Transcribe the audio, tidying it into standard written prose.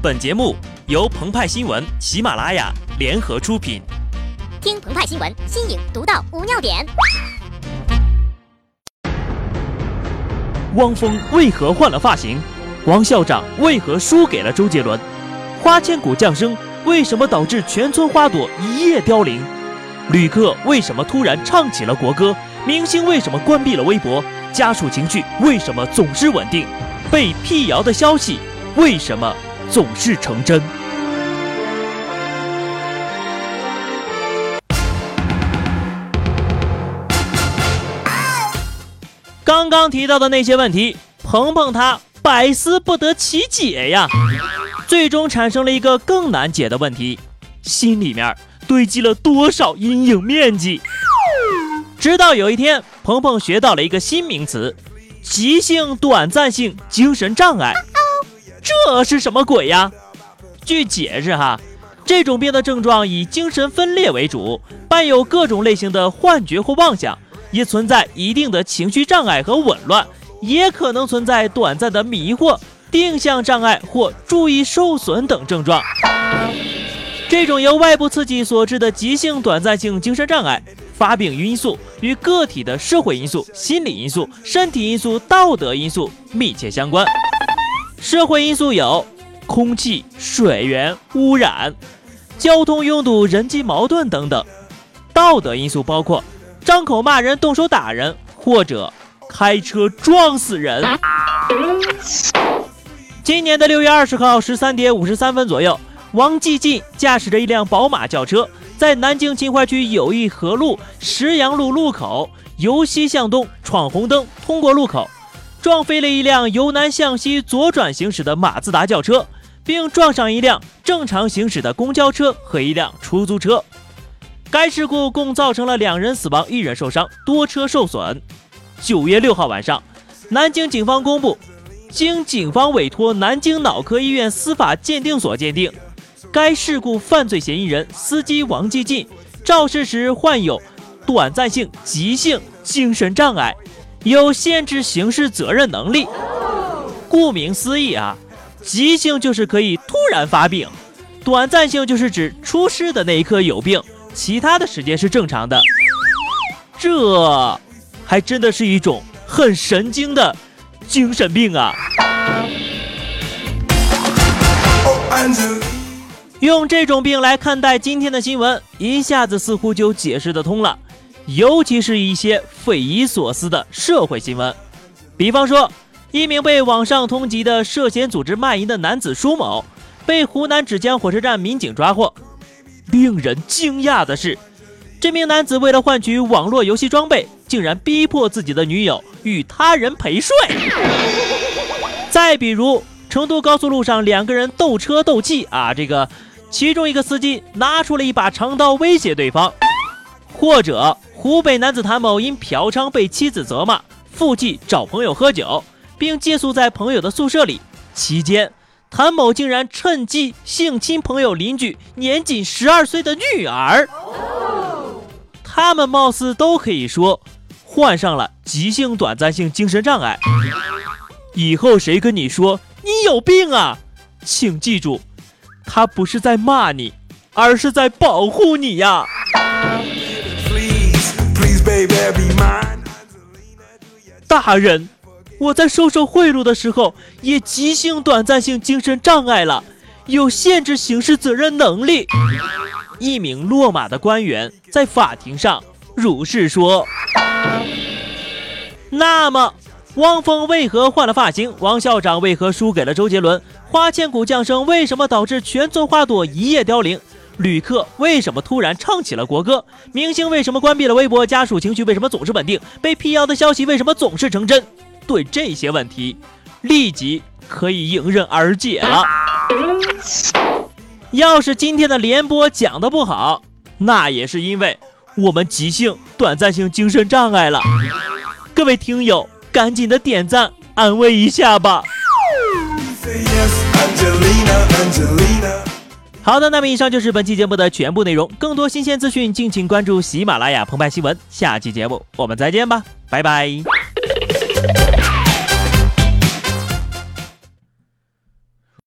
本节目由澎湃新闻、喜马拉雅联合出品。 听澎湃新闻，新颖独到，无尿点。 汪峰为何换了发型？王校长为何输给了周杰伦？花千骨降生为什么导致全村花朵一夜凋零？旅客为什么突然唱起了国歌？明星为什么关闭了微博？家属情绪为什么总是稳定？被辟谣的消息为什么总是成真？刚刚提到的那些问题，鹏鹏他百思不得其解呀，最终产生了一个更难解的问题：心里面堆积了多少阴影面积？直到有一天，鹏鹏学到了一个新名词——急性短暂性精神障碍。这是什么鬼呀？据解释哈，这种病的症状以精神分裂为主，伴有各种类型的幻觉或妄想，也存在一定的情绪障碍和紊乱，也可能存在短暂的迷惑、定向障碍或注意受损等症状。这种由外部刺激所致的急性短暂性精神障碍，发病因素与个体的社会因素、心理因素、身体因素、道德因素密切相关。社会因素有空气、水源污染、交通拥堵、人际矛盾等等；道德因素包括张口骂人、动手打人，或者开车撞死人。今年的6月20号13点53分左右，王继进驾驶着一辆宝马轿车，在南京秦淮区友谊河路石阳路路口由西向东闯红灯通过路口，撞飞了一辆由南向西左转行驶的马自达轿车，并撞上一辆正常行驶的公交车和一辆出租车。该事故共造成了2人死亡1人受伤，多车受损。9月6号晚上，南京警方公布，经警方委托南京脑科医院司法鉴定所鉴定，该事故犯罪嫌疑人司机王继进肇事时患有短暂性急性精神障碍，有限制刑事责任能力。顾名思义啊，急性就是可以突然发病，短暂性就是指出事的那一刻有病，其他的时间是正常的。这还真的是一种很神经的精神病啊！用这种病来看待今天的新闻，一下子似乎就解释得通了，尤其是一些匪夷所思的社会新闻。比方说，一名被网上通缉的涉嫌组织卖淫的男子舒某，被湖南芷江火车站民警抓获。令人惊讶的是，这名男子为了换取网络游戏装备，竟然逼迫自己的女友与他人陪睡。再比如，成都高速路上2个人斗车斗气啊，其中一个司机拿出了一把长刀威胁对方。或者湖北男子谭某因嫖娼被妻子责骂，负气找朋友喝酒，并借宿在朋友的宿舍里，期间谭某竟然趁机性侵朋友邻居年仅12岁的女儿。他们貌似都可以说患上了急性短暂性精神障碍。以后谁跟你说你有病啊，请记住，他不是在骂你，而是在保护你呀。大人，我在收受贿赂的时候也急性短暂性精神障碍了，有限制刑事责任能力。一名落马的官员在法庭上如是说。那么汪峰为何换了发型？王校长为何输给了周杰伦？花千骨降生为什么导致全村花朵一夜凋零？旅客为什么突然唱起了国歌？明星为什么关闭了微博？家属情绪为什么总是稳定？被辟谣的消息为什么总是成真？对这些问题，立即可以迎刃而解了。要是今天的联播讲得不好，那也是因为我们急性短暂性精神障碍了。各位听友，赶紧的点赞安慰一下吧。好的，那么以上就是本期节目的全部内容，更多新鲜资讯敬请关注喜马拉雅澎湃新闻，下期节目我们再见吧，拜拜。